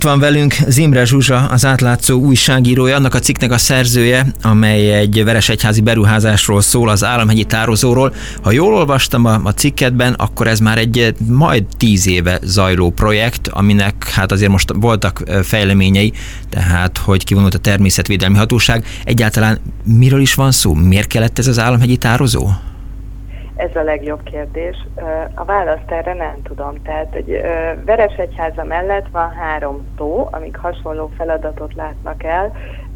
Itt van velünk Zimre Zsuzsa, az Átlátszó újságírója, annak a cikknek a szerzője, amely egy veresegyházi beruházásról szól, az Államhegyi tározóról. Ha jól olvastam a cikkedben, akkor ez már egy majd 10 éve zajló projekt, aminek hát azért most voltak fejleményei, tehát hogy kivonult a Természetvédelmi Hatóság. Egyáltalán miről is van szó? Miért kellett ez az Államhegyi tározó? Ez a legjobb kérdés. A választ erre nem tudom. Tehát egy Veresegyháza mellett van 3 tó, amik hasonló feladatot látnak el,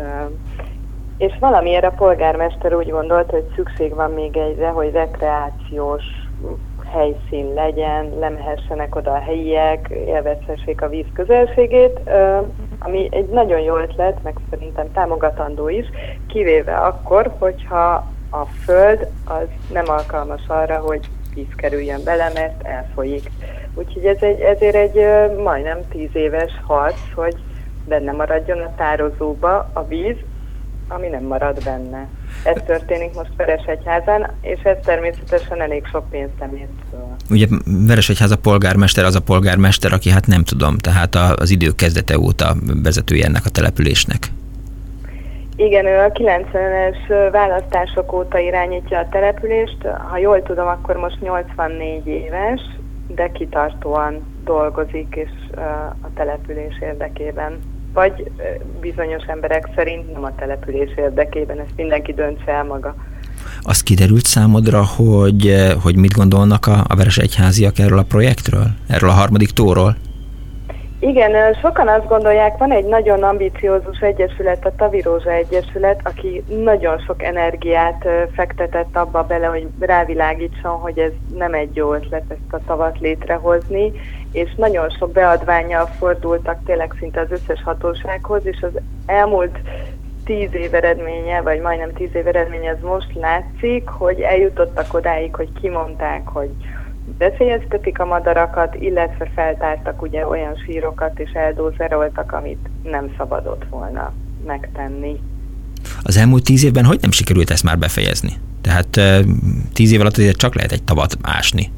és valamiért a polgármester úgy gondolt, hogy szükség van még egyre, hogy rekreációs helyszín legyen, lemehessenek oda a helyiek, élvezhessék a víz közelségét, ami egy nagyon jó ötlet, meg szerintem támogatandó is, kivéve akkor, hogyha a föld az nem alkalmas arra, hogy víz kerüljön bele, mert elfolyik. Úgyhogy ezért egy majdnem 10 éves harc, hogy benne maradjon a tározóba a víz, ami nem marad benne. Ez történik most Veresegyházán, és ez természetesen elég sok pénzt emészt föl. Ugye Veresegyháza polgármester az a polgármester, aki hát nem tudom, tehát az idők kezdete óta vezetője ennek a településnek. Igen, ő a 90-es választások óta irányítja a települést. Ha jól tudom, akkor most 84 éves, de kitartóan dolgozik és a település érdekében. Vagy bizonyos emberek szerint nem a település érdekében, ezt mindenki döntse el maga. Az kiderült számodra, hogy mit gondolnak a veresegyháziak erről a projektről? Erről a 3. tóról? Igen, sokan azt gondolják, van egy nagyon ambiciózus egyesület, a Tavirózsa Egyesület, aki nagyon sok energiát fektetett abba bele, hogy rávilágítson, hogy ez nem egy jó ötlet ezt a tavat létrehozni, és nagyon sok beadvánnyal fordultak tényleg szinte az összes hatósághoz, és az elmúlt 10 év eredménye, vagy majdnem 10 év eredménye az most látszik, hogy eljutottak odáig, hogy kimondták, hogy veszélyeztetik a madarakat, illetve feltártak ugye olyan sírokat és eldózeroltak, amit nem szabadott volna megtenni. Az elmúlt 10 évben hogy nem sikerült ezt már befejezni? Tehát 10 év alatt azért csak lehet egy tavat ásni.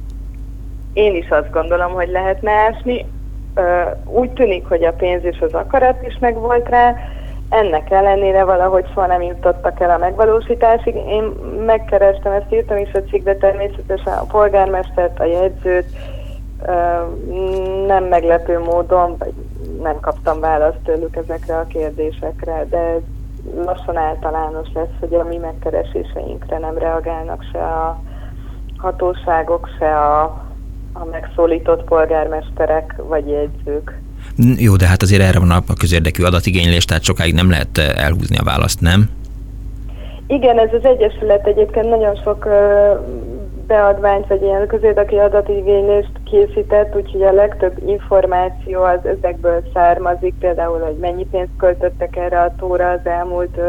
Én is azt gondolom, hogy lehetne ásni. Úgy tűnik, hogy a pénz és az akarat is megvolt rá, ennek ellenére valahogy soha nem jutottak el a megvalósításig. Én megkerestem, ezt írtam is a cikkbe, természetesen a polgármestert, a jegyzőt, nem meglepő módon, vagy nem kaptam választ tőlük ezekre a kérdésekre, de lassan általános lesz, hogy a mi megkereséseinkre nem reagálnak se a hatóságok, se a megszólított polgármesterek vagy jegyzők. Jó, de hát azért erre van a közérdekű adatigénylés, tehát sokáig nem lehet elhúzni a választ, nem? Igen, ez az egyesület egyébként nagyon sok beadványt, vagy ilyen közérdekű adatigénylést készített, úgyhogy a legtöbb információ az ezekből származik, például, hogy mennyi pénzt költöttek erre a tóra az elmúlt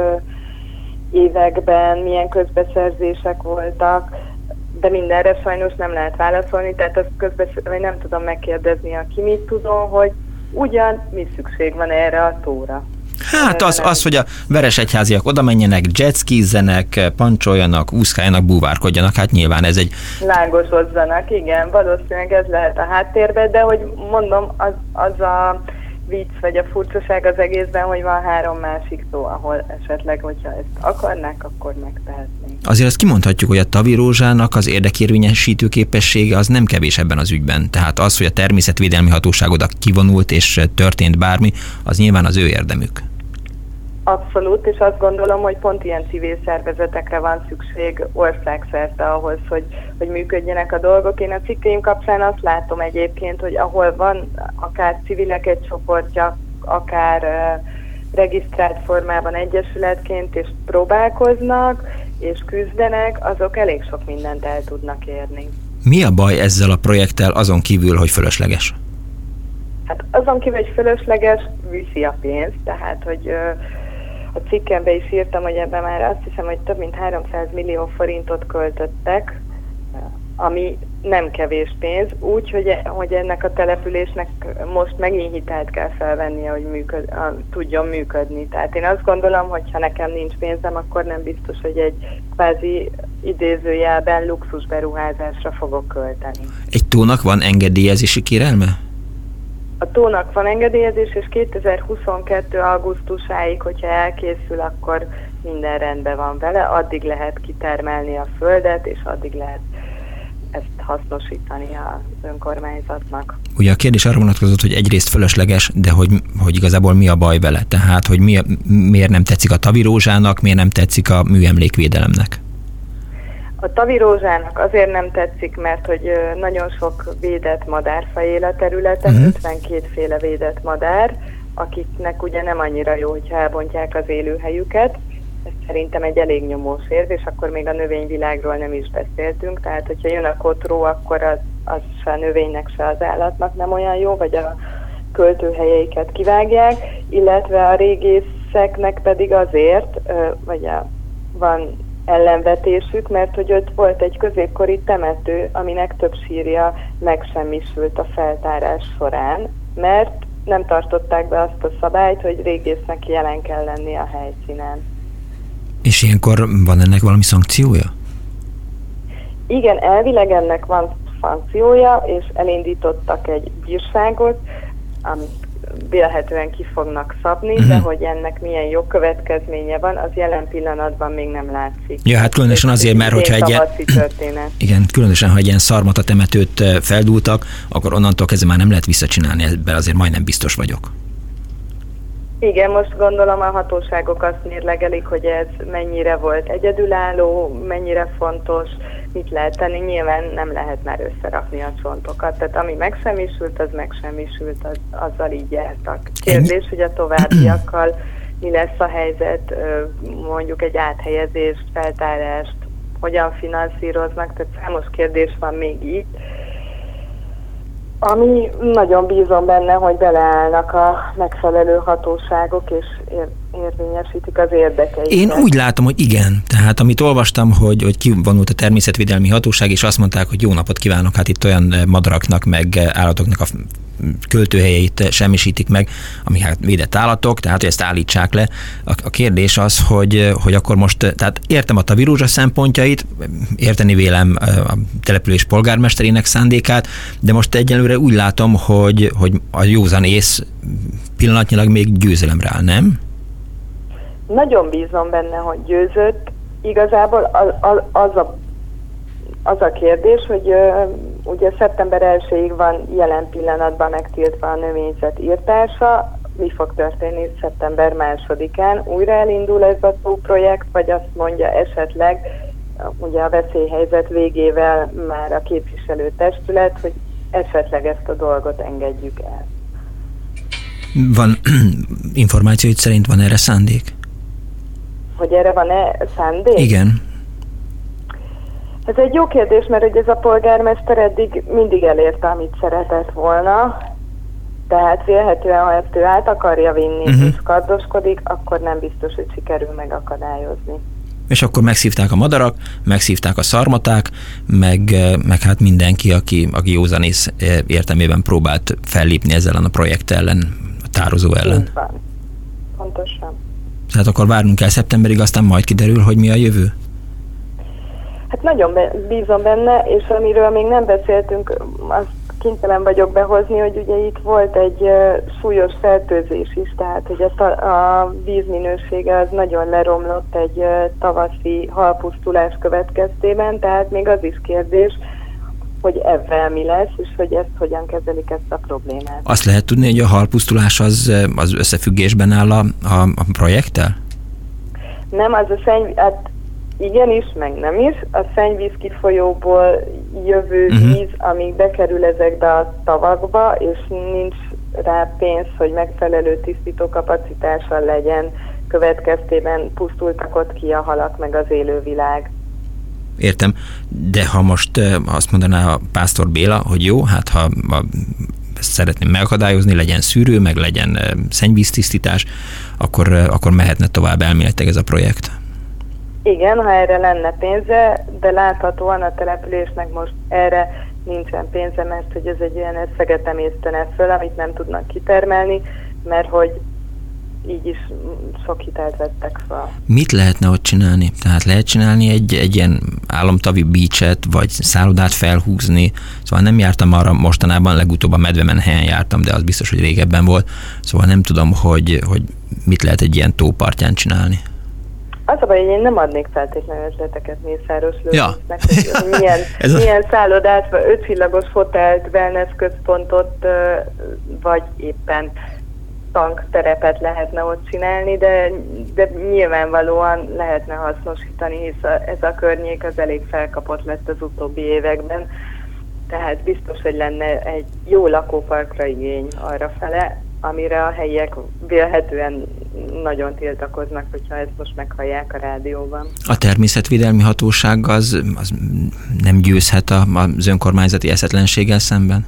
években, milyen közbeszerzések voltak, de mindenre sajnos nem lehet válaszolni, tehát azt nem tudom megkérdezni, aki mit tudom, hogy ugyan mi szükség van erre a tóra. Hát az, hogy a veresegyháziak oda menjenek, jetskizzenek, pancsoljanak, úszkáljanak, búvárkodjanak, hát nyilván ez egy... Lángosozzanak, igen, valószínűleg ez lehet a háttérben, de hogy mondom, az a vicc vagy a furcsaság az egészben, hogy van 3 másik tó, ahol esetleg, hogyha ezt akarnák, akkor megtehetnék. Azért azt kimondhatjuk, hogy a Tavirózsának az érdekérvényesítő képessége az nem kevés ebben az ügyben. Tehát az, hogy a Természetvédelmi Hatóság oda kivonult és történt bármi, az nyilván az ő érdemük. Abszolút, és azt gondolom, hogy pont ilyen civil szervezetekre van szükség országszerte ahhoz, hogy működjenek a dolgok. Én a cikkeim kapcsán azt látom egyébként, hogy ahol van akár civilek egy csoportja, akár regisztrált formában egyesületként, és próbálkoznak, és küzdenek, azok elég sok mindent el tudnak érni. Mi a baj ezzel a projekttel azon kívül, hogy fölösleges? Hát azon kívül, hogy fölösleges, viszi a pénzt, tehát, hogy a cikkemben is írtam, hogy ebben már azt hiszem, hogy több mint 300 millió forintot költöttek, ami nem kevés pénz, úgy, hogy ennek a településnek most megint hitelt kell felvennie, hogy tudjon működni. Tehát én azt gondolom, hogy ha nekem nincs pénzem, akkor nem biztos, hogy egy kvázi idézőjelben luxus beruházásra fogok költeni. Egy tónak van engedélyezési kérelme? A tónak van engedélyezés, és 2022. augusztusáig, hogyha elkészül, akkor minden rendben van vele, addig lehet kitermelni a földet, és addig lehet ezt hasznosítani az önkormányzatnak. Ugye a kérdés arra vonatkozott, hogy egyrészt fölösleges, de hogy igazából mi a baj vele? Tehát, hogy miért nem tetszik a tavirózsának, miért nem tetszik a műemlékvédelemnek? A tavirózsának azért nem tetszik, mert hogy nagyon sok védett madárfaj él a területen, 52 féle védett madár, akiknek ugye nem annyira jó, hogyha elbontják az élőhelyüket. Ez szerintem egy elég nyomós érv, és akkor még a növényvilágról nem is beszéltünk, tehát hogyha jön a kotró, akkor az se a növénynek, se az állatnak nem olyan jó, vagy a költőhelyeiket kivágják, illetve a régészeknek pedig azért, van ellenvetésük, mert hogy ott volt egy középkori temető, aminek több sírja megsemmisült a feltárás során, mert nem tartották be azt a szabályt, hogy régésznek jelen kell lenni a helyszínen. És ilyenkor van ennek valami szankciója? Igen, elvileg ennek van szankciója, és elindítottak egy bírságot, amit vélhetően ki fognak szabni, de hogy ennek milyen jogkövetkezménye van, az jelen pillanatban még nem látszik. Ja, hát különösen azért, mert hogyha különösen, ha egy ilyen szarmata temetőt feldúltak, akkor onnantól kezdve már nem lehet visszacsinálni, ebben azért majdnem biztos vagyok. Igen, most gondolom a hatóságok azt mérlegelik, hogy ez mennyire volt egyedülálló, mennyire fontos, mit lehet tenni. Nyilván nem lehet már összerakni a csontokat. Tehát ami megsemmisült, az megsemmisült, azzal így jártak. Kérdés, hogy a továbbiakkal mi lesz a helyzet, mondjuk egy áthelyezést, feltárást, hogyan finanszíroznak, tehát számos kérdés van még itt. Ami nagyon bízom benne, hogy beleállnak a megfelelő hatóságok, és érvényesítik az érdekeiket. Én úgy látom, hogy igen. Tehát amit olvastam, hogy kivonult a természetvédelmi hatóság, és azt mondták, hogy jó napot kívánok, hát itt olyan madaraknak, meg állatoknak a költőhelyeit semmisítik meg, ami hát védett állatok, tehát hogy ezt állítsák le. A kérdés az, hogy akkor most, tehát értem a tavirózsa szempontjait, érteni vélem a település polgármesterének szándékát, de most egyelőre úgy látom, hogy a józan ész pillanatnyilag még győzelemre áll, nem? Nagyon bízom benne, hogy győzött. Igazából az a kérdés, hogy ugye szeptember 1-ig van jelen pillanatban megtiltva a növényzet írtása, mi fog történni szeptember 2-án? Újra elindul ez a projekt, vagy azt mondja esetleg, ugye a veszélyhelyzet végével már a képviselőtestület, hogy esetleg ezt a dolgot engedjük el. Van információ, hogy szerint van erre szándék? Hogy erre van-e szándék? Igen. Ez egy jó kérdés, mert hogy ez a polgármester eddig mindig elérte, amit szeretett volna, tehát vélhetően, ha ezt ő át akarja vinni és kardoskodik, akkor nem biztos, hogy sikerül megakadályozni. És akkor megszívták a madarak, megszívták a szarmaták, meg hát mindenki, aki józanész értelmében próbált fellépni ezzel a projekt ellen, a tározó ellen. Így van. Pontosan. Tehát akkor várnunk el szeptemberig, aztán majd kiderül, hogy mi a jövő? Hát nagyon bízom benne, és amiről még nem beszéltünk, azt kénytelen vagyok behozni, hogy ugye itt volt egy súlyos fertőzés is, tehát hogy a vízminősége az nagyon leromlott egy tavaszi halpusztulás következtében, tehát még az is kérdés, hogy ebben mi lesz, és hogy ezt hogyan kezelik ezt a problémát. Azt lehet tudni, hogy a halpusztulás az összefüggésben áll a projekttel? Nem, az a hát igenis, meg nem is. A szennyvíz kifolyóból jövő víz, amíg bekerül ezekbe a tavakba, és nincs rá pénz, hogy megfelelő tisztító kapacitással legyen, következtében pusztultak ott ki a halak, meg az élővilág. Értem, de ha most azt mondaná a Pásztor Béla, hogy jó, hát ha ezt szeretném megakadályozni, legyen szűrő, meg legyen szennyvíztisztítás, akkor mehetne tovább elméletileg ez a projekt. Igen, ha erre lenne pénze, de láthatóan a településnek most erre nincsen pénze, mert hogy ez egy olyan összeget emésztene föl, amit nem tudnak kitermelni, mert hogy így is sok hitelt vettek fel. Mit lehetne ott csinálni? Tehát lehet csinálni egy ilyen álomtavi beachet, vagy szállodát felhúzni. Szóval nem jártam arra mostanában, legutóbb a Medvemenhelyen jártam, de az biztos, hogy régebben volt. Szóval nem tudom, hogy mit lehet egy ilyen tópartján csinálni. Az a baj, hogy én nem adnék feltétlenül ötleteket Mészáros Lőrincnek, Ja. hogy milyen szállodát, vagy 5 csillagos hotelt, wellness központot, vagy éppen tankterepet lehetne ott csinálni, de nyilvánvalóan lehetne hasznosítani, hisz ez a környék az elég felkapott lett az utóbbi években, tehát biztos, hogy lenne egy jó lakóparkra igény arrafele, amire a helyiek vélhetően nagyon tiltakoznak, hogyha ezt most meghallják a rádióban. A természetvédelmi hatóság az nem győzhet az önkormányzati eszetlenséggel szemben?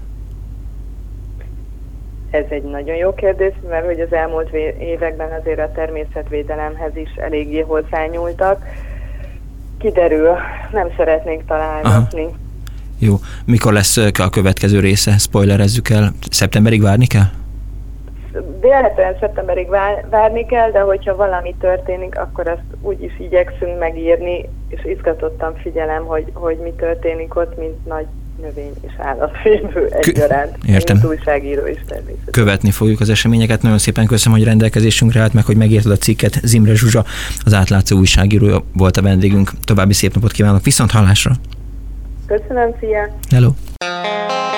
Ez egy nagyon jó kérdés, mert hogy az elmúlt években azért a természetvédelemhez is eléggé hozzányúltak. Kiderül, nem szeretnénk találgatni. Aha. Jó. Mikor lesz a következő része? Spoilerezzük el. Szeptemberig várni kell? Véletlenül szeptemberig várni kell, de hogyha valami történik, akkor azt úgy is igyekszünk megírni, és izgatottan figyelem, hogy mi történik ott, mint nagy növény és állatvédő egyaránt. Értem. Mint újságíró is természetesen. Követni fogjuk az eseményeket. Nagyon szépen köszönöm, hogy rendelkezésünkre állt, meg hogy megírtad a cikket. Zimre Zsuzsa, az Átlátszó újságírója volt a vendégünk. További szép napot kívánok. Viszont hallásra! Köszönöm, szia! Hello!